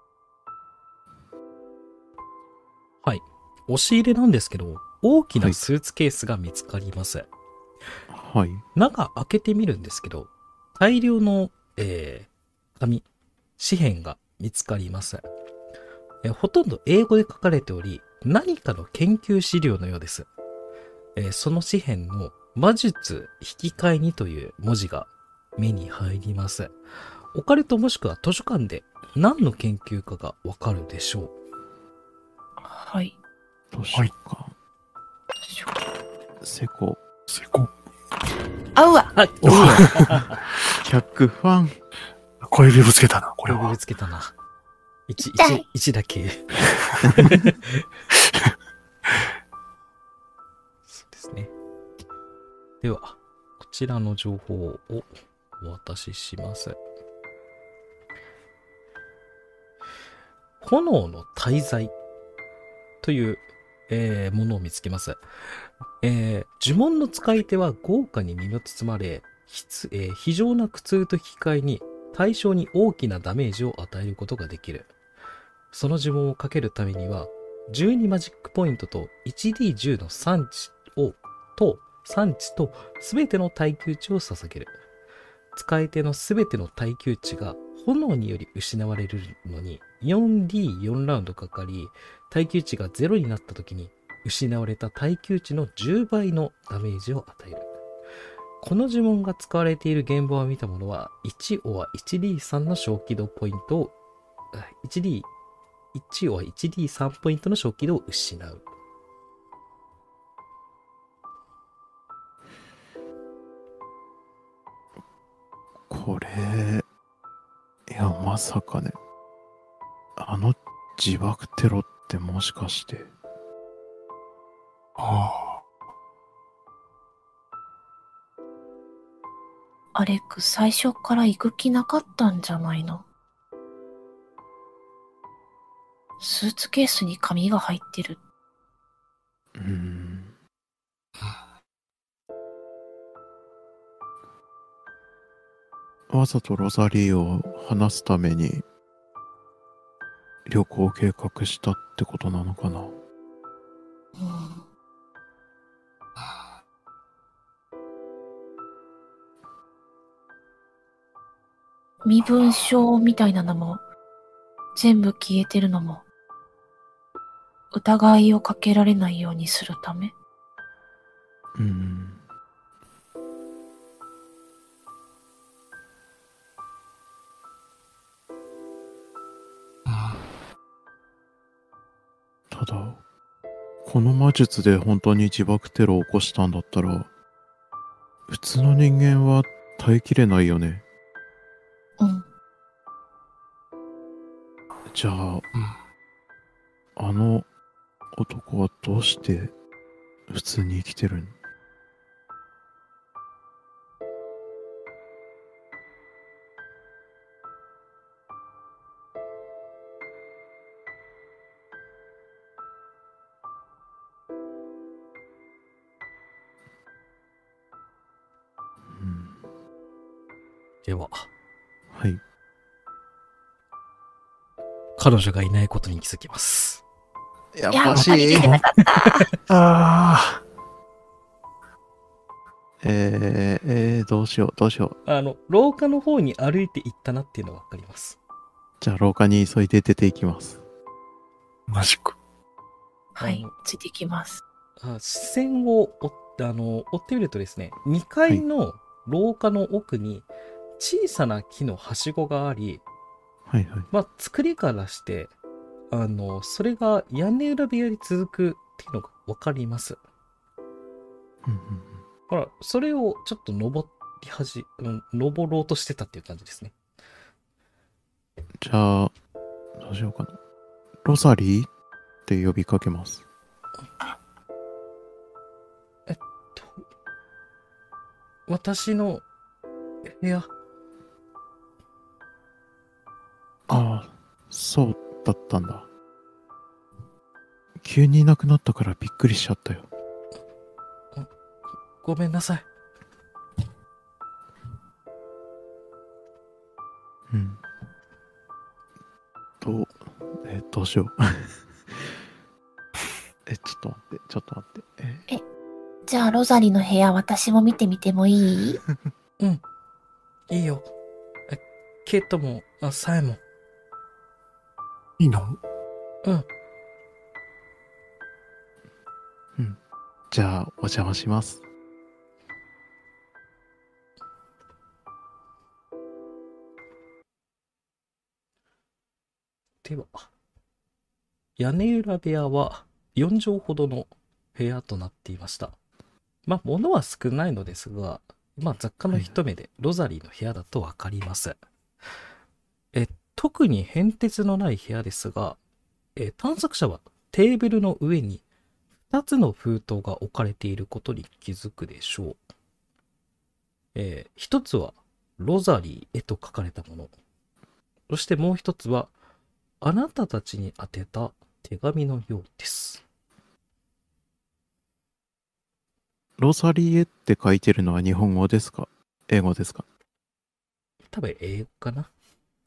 はい。押し入れなんですけど、大きなスーツケースが見つかります。 はい。 中開けてみるんですけど、大量の、紙幣が見つかります。ほとんど英語で書かれており、何かの研究資料のようです。その紙幣の魔術引き換えにという文字が目に入ります。オカルトもしくは図書館で何の研究かがわかるでしょう。 はい。 図書館。セコ。 あうわ客ファン。 小指ぶつけたな、これは。 小指ぶつけたな。1だけ。そうですね。では、こちらの情報をお渡しします。炎の大罪というものを見つけます。呪文の使い手は豪華に身を包まれ、非常な苦痛と引き換えに対象に大きなダメージを与えることができる。その呪文をかけるためには、12マジックポイントと 1D10 の産地と全ての耐久値を捧げる。使い手の全ての耐久値が炎により失われるのに 4D4 ラウンドかかり、耐久値が0になった時に失われた耐久値の10倍のダメージを与える。この呪文が使われている現場を見た者は 1or1D3 の小起動ポイントを1or1D3 ポイントの小起動を失う。 これ、いや、まさかね。あの自爆テロってもしかして。 アレク、最初から行く気なかったんじゃないの？ スーツケースに紙が入ってる。 わざとロザリーを話すために旅行を計画したってことなのかな。 身分証みたいなのも全部消えてるのも疑いをかけられないようにするため。 ただ、この魔術で本当に自爆テロを起こしたんだったら、普通の人間は耐えきれないよね。じゃあ、あの男はどうして普通に生きてるん？ では、 はい。 彼女がいないことに気づきます。 やっいや、 ぱし分かりきれなかった。 どうしよう。 廊下の方に歩いて行ったなっていうのはわかります。 じゃあ廊下に急いで出ていきます。 同じく。 はい、ついてきます。 視線を追ってみるとですね、2階の廊下の奥に小さな木のはしごがあり、 はい。 作りからして、それが屋根裏部屋に続くっていうのがわかります。ほら、それをちょっと登ろうとしてたっていう感じですね。 じゃあ、どうしようかな。ロザリーって呼びかけます。 私の部屋。 ああ、そうだったんだ。急にいなくなったからびっくりしちゃったよ。 ごめんなさい。 どうしよう。ちょっと待って。 じゃあロザリの部屋私も見てみてもいい？ いいよ。ケイトも、サエも。 いいの？ じゃあ、お邪魔します。 では、屋根裏部屋は4畳ほどの部屋となっていました。物は少ないのですが、雑貨の一目でロザリーの部屋だとわかります。特に変哲のない部屋ですが、探索者はテーブルの上に2つの封筒が置かれていることに気づくでしょう。一つはロザリーへと書かれたもの。そしてもう一つはあなたたちに宛てた手紙のようです。 ロザリーエって書いてるのは日本語ですか？英語ですか？ 多分英語かな。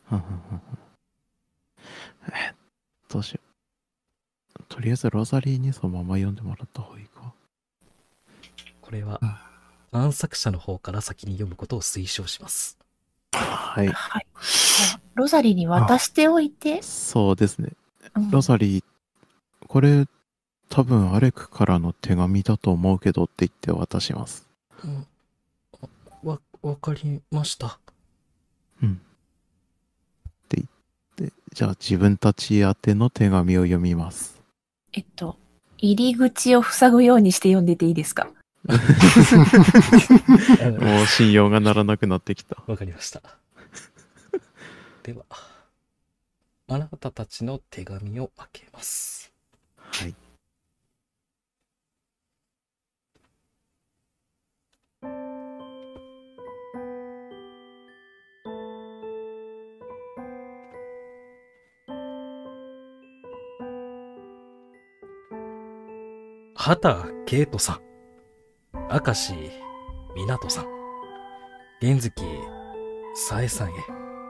どうしよう。とりあえずロザリーにそのまま読んでもらった方がいいか。 これは探索者の方から先に読むことを推奨します。 はい。 ロザリーに渡しておいて。 そうですね。ロザリー、これ多分アレクからの手紙だと思うけどって言って渡します。 わかりました。 って言って、じゃあ自分たち宛ての手紙を読みます。 入り口を塞ぐようにして読んでていいですか？ もう信用がならなくなってきた。 わかりました。では、あなたたちの手紙を開けます。 はい。 畑圭人さん、明石湊さん、玄月紗恵さんへ。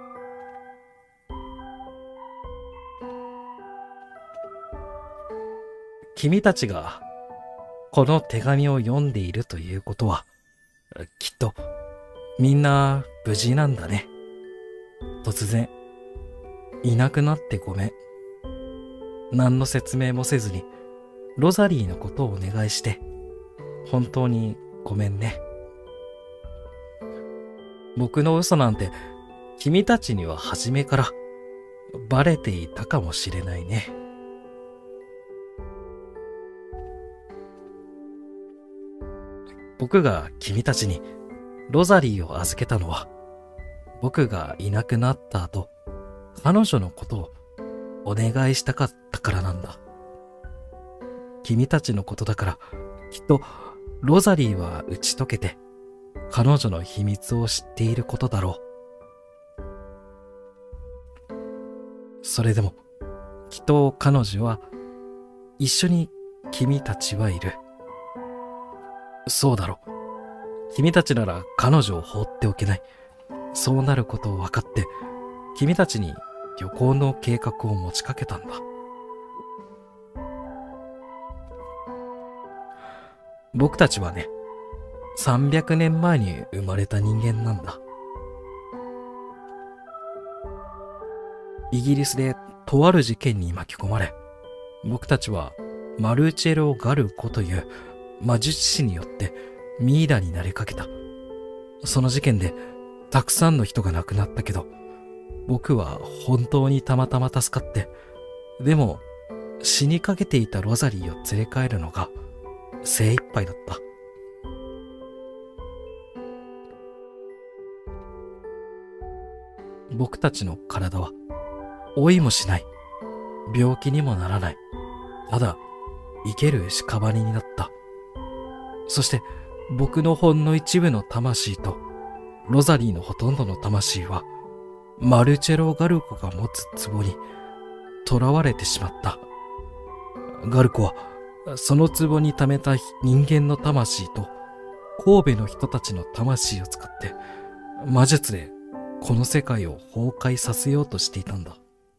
君たちがこの手紙を読んでいるということは、きっとみんな無事なんだね。突然いなくなってごめん。何の説明もせずにロザリーのことをお願いして本当にごめんね。僕の嘘なんて君たちには初めからバレていたかもしれないね。僕が君たちにロザリーを預けたのは、僕がいなくなった後、彼女のことをお願いしたかったからなんだ。君たちのことだから、きっとロザリーは打ち解けて、彼女の秘密を知っていることだろう。それでも、きっと彼女は一緒に君たちはいる。そうだろう。君たちなら彼女を放っておけない。そうなることを分かって、君たちに旅行の計画を持ちかけたんだ。僕たちはね、300年前に生まれた人間なんだ。イギリスでとある事件に巻き込まれ、僕たちはマルチェロ・ガルコという魔術師によってミイラになりかけた。その事件でたくさんの人が亡くなったけど、僕は本当にたまたま助かって、でも死にかけていたロザリーを連れ帰るのが精一杯だった。僕たちの体は老いもしない、病気にもならない、ただ生ける屍になった。そして僕のほんの一部の魂とロザリーのほとんどの魂はマルチェロ・ガルコが持つ壺に囚われてしまった。ガルコはその壺に溜めた人間の魂と神戸の人たちの魂を使って魔術でこの世界を崩壊させようとしていたんだ。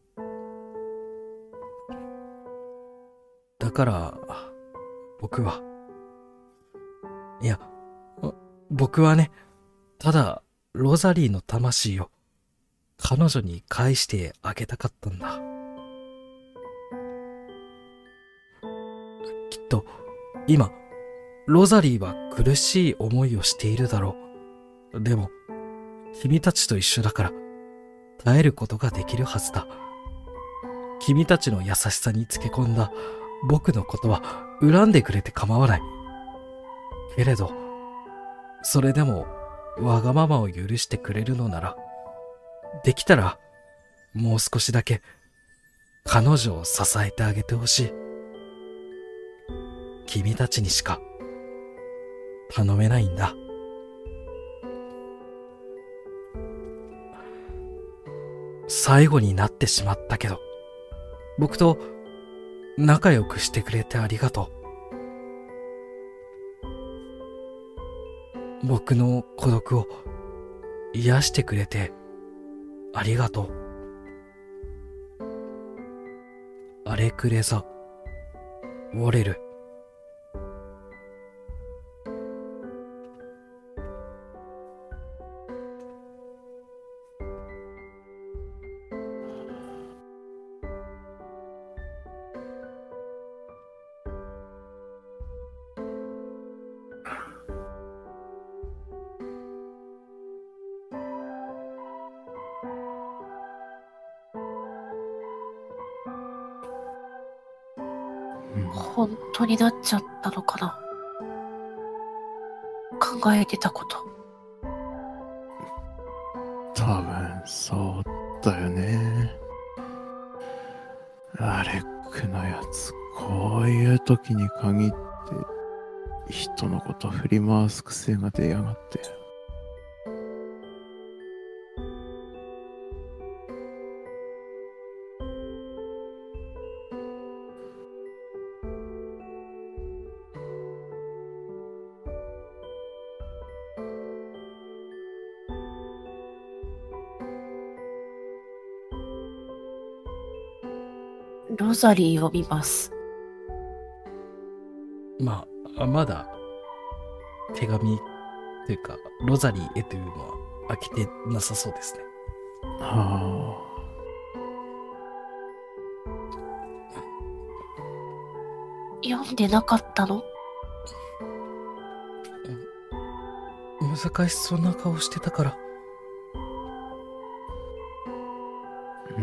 だから僕はね、ただロザリーの魂を彼女に返してあげたかったんだ。きっと今ロザリーは苦しい思いをしているだろう。でも君たちと一緒だから耐えることができるはずだ。君たちの優しさにつけ込んだ僕のことは恨んでくれて構わない。けれどそれでもわがままを許してくれるのなら、できたらもう少しだけ彼女を支えてあげてほしい。君たちにしか頼めないんだ。最後になってしまったけど、僕と仲良くしてくれてありがとう。僕の孤独を癒してくれてありがとう。アレクレザ・ウォレル。 本当になっちゃったのかな。考えてたこと。 多分そうだよね。アレックのやつ、こういう時に限って人のこと振り回す癖が出やがって。 ロザリーを見ます。 まだ手紙というか、ロザリーへというのは開けてなさそうですね。 は読んでなかったの？ 難しそうな顔してたから。 あ、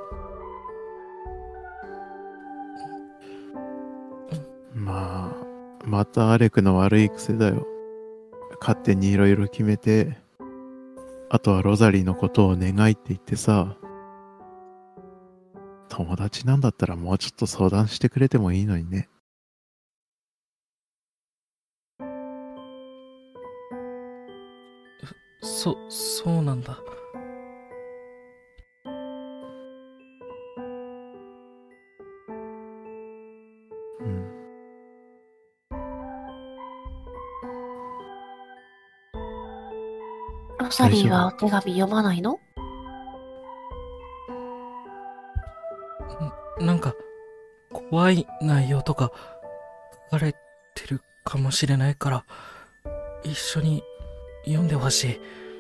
またアレクの悪い癖だよ。勝手にいろいろ決めて、あとはロザリーのことを願いって言ってさ、友達なんだったらもうちょっと相談してくれてもいいのにね。 そうなんだ。 ロザリーはお手紙読まないの？ なんか、怖い内容とか書かれてるかもしれないから、一緒に読んでほしい。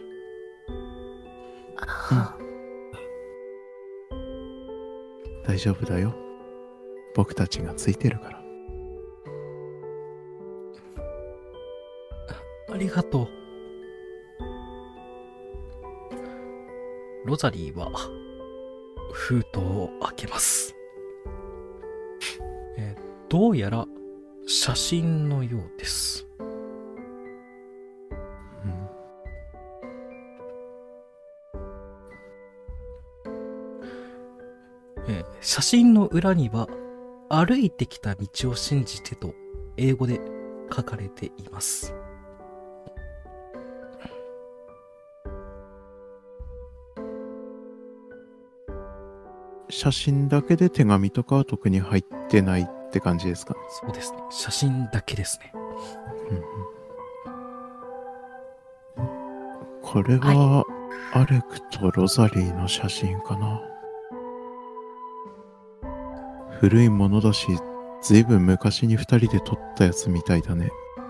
大丈夫だよ。僕たちがついてるから。 ありがとう。ロザリーは封筒を開けます。どうやら写真のようです。写真の裏には、歩いてきた道を信じてと英語で書かれています。 写真だけで手紙とかは特に入ってないって感じですかね。 そうですね。写真だけですね。 これは、アレクとロザリーの写真かな。古いものだし、ずいぶん昔に二人で撮ったやつみたいだね。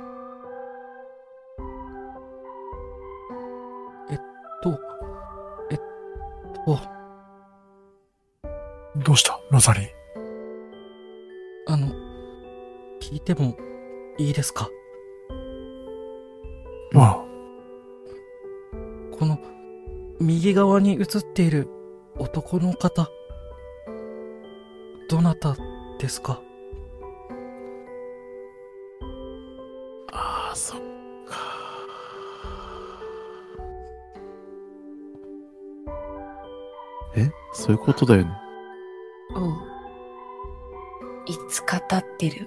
どうしたロザリー？ 聞いてもいいですか？ ああ。 この右側に写っている男の方、どなたですか？ ああ、そっか。そういうことだよね。 いつか経ってる。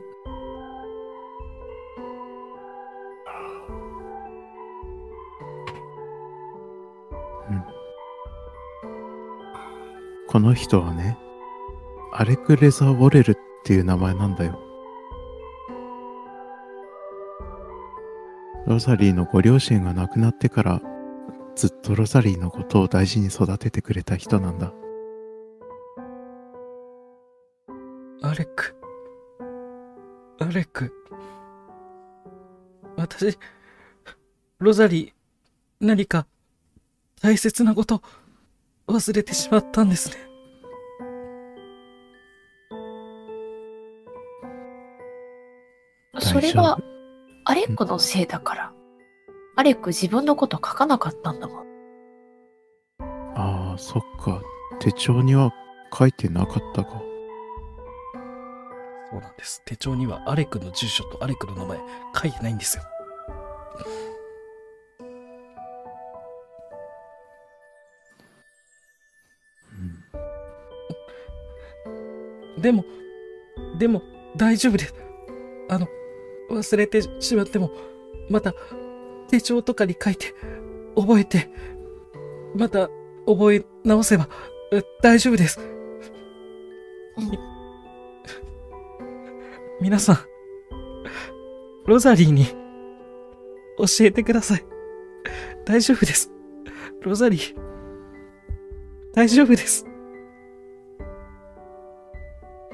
この人はね、アレク・レザー・ウォレルっていう名前なんだよ。ロザリーのご両親が亡くなってから、ずっとロザリーのことを大事に育ててくれた人なんだ。 アレク。私、ロザリー、何か大切なこと忘れてしまったんですね。 それはアレクのせいだから。アレク自分のこと書かなかったんだもん。 ああ、そっか。手帳には書いてなかったか。 そうなんです。手帳にはアレクの住所とアレクの名前書いてないんですよ。でも大丈夫です。忘れてしまっても、また手帳とかに書いて、覚えて、また覚え直せば大丈夫です。皆さん、ロザリーに教えてください。大丈夫です。ロザリー、大丈夫です。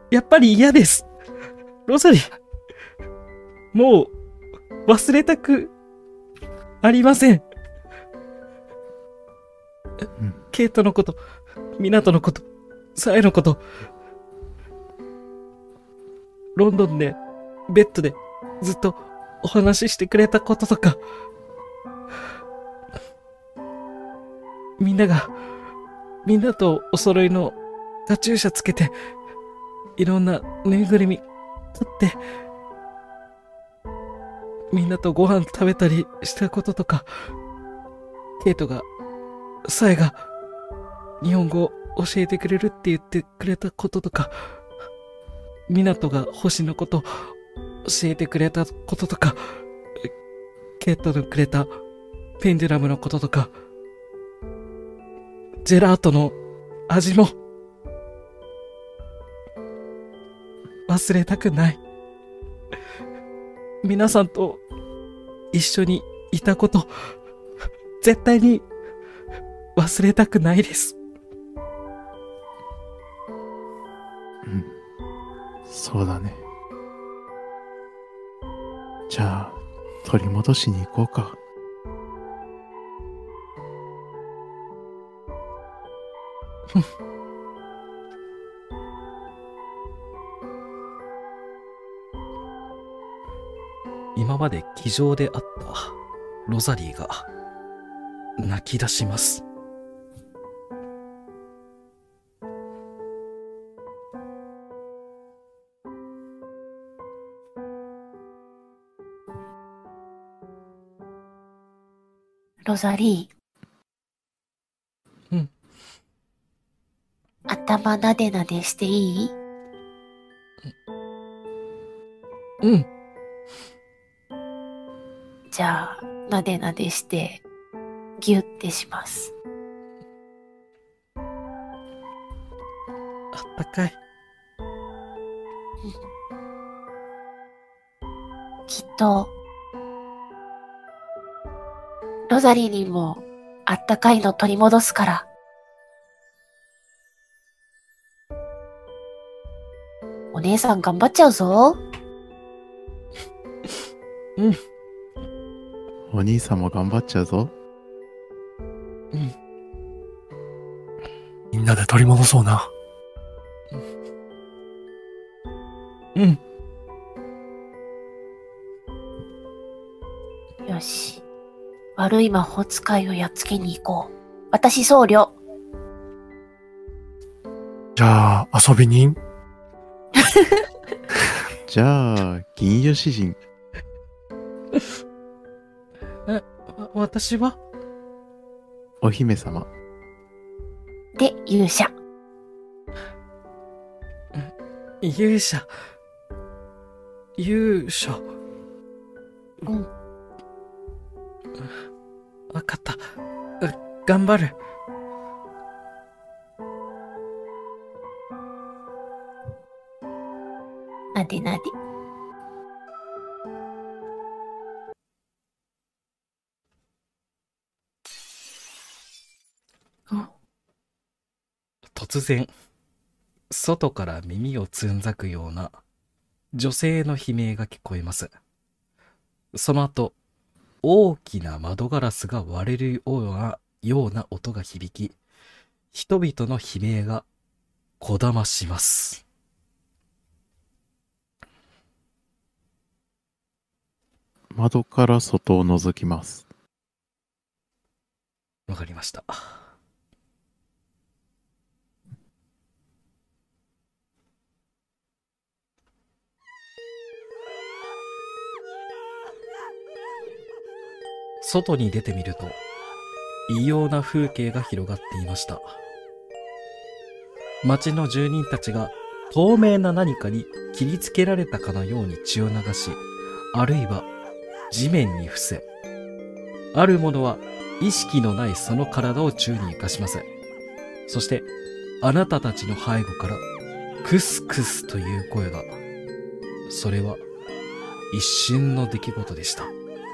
やっぱり嫌です。ロザリー、もう忘れたくありません。ケイトのこと、ミナトのこと、サエのこと、ロンドンでベッドでずっとお話ししてくれたこととか、みんなとお揃いのカチューシャつけて、いろんなぬいぐるみ取って、みんなとご飯食べたりしたこととか、ケイトが、サエが日本語を教えてくれるって言ってくれたこととか、ミナトが星のこと教えてくれたこととか、ケイトのくれたペンデュラムのこととか、ジェラートの味も忘れたくない。皆さんと一緒にいたこと、絶対に忘れたくないです。 そうだね。じゃあ、取り戻しに行こうか。 今まで気丈であったロザリーが泣き出します。 ロザリー。頭なでなでしていい？じゃあ、なでなでして、ギュッてします。 あったかい。 きっと、ロザリーにもあったかいの取り戻すから。お姉さん頑張っちゃうぞ。 お兄さんも頑張っちゃうぞ。 みんなで取り戻そうな。 よし。悪い魔法使いをやっつけに行こう。私僧侶。 じゃあ、遊び人？ じゃあ、銀融詩人。 私はお姫様。 で、勇者。 勇者。わかった。頑張る。 なでなで。 突然、外から耳をつんざくような女性の悲鳴が聞こえます。その後、大きな窓ガラスが割れるような音が響き、人々の悲鳴がこだまします。 窓から外を覗きます。 わかりました。外に出てみると、異様な風景が広がっていました。町の住人たちが透明な何かに切りつけられたかのように血を流し、あるいは地面に伏せ、ある者は意識のないその体を宙に浮かします。そしてあなたたちの背後からクスクスという声が。それは一瞬の出来事でした。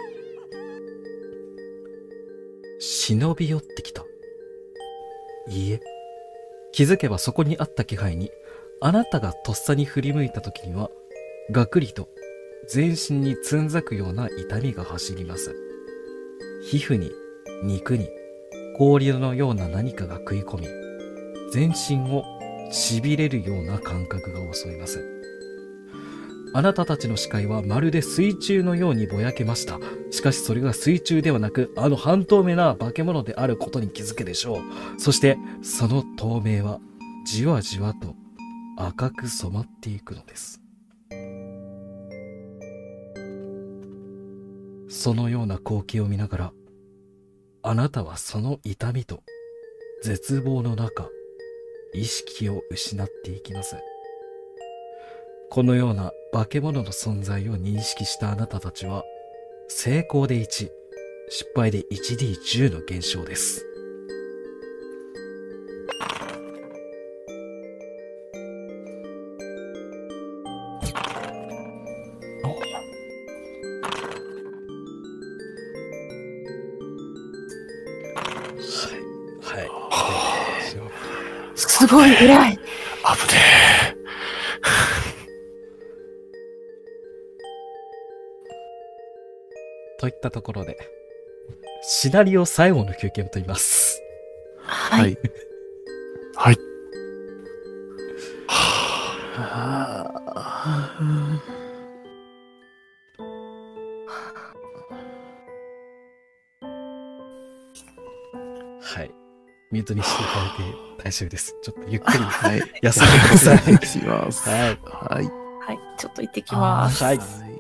忍び寄ってきた。いいえ、気づけばそこにあった気配にあなたがとっさに振り向いた時には、がくりと全身につんざくような痛みが走ります。皮膚に、肉に、氷のような何かが食い込み、全身を痺れるような感覚が襲います。あなたたちの視界はまるで水中のようにぼやけました。しかしそれが水中ではなく、あの半透明な化け物であることに気づけでしょう。そしてその透明はじわじわと赤く染まっていくのです。そのような光景を見ながら、あなたはその痛みと絶望の中、意識を失っていきます。このような化け物の存在を認識したあなたたちは、成功で1、失敗で 1D10 の減少です。はい。 すごい偉い。 危ねといったところで、シナリオ最後の休憩を取ります。 は。 はいい。 はい。 はい。ミュートにしていただいて大丈夫です。ちょっとゆっくりはい。 休んでください。 します。 はい。 はい。 はい。ちょっと行ってきます。 はい。 はい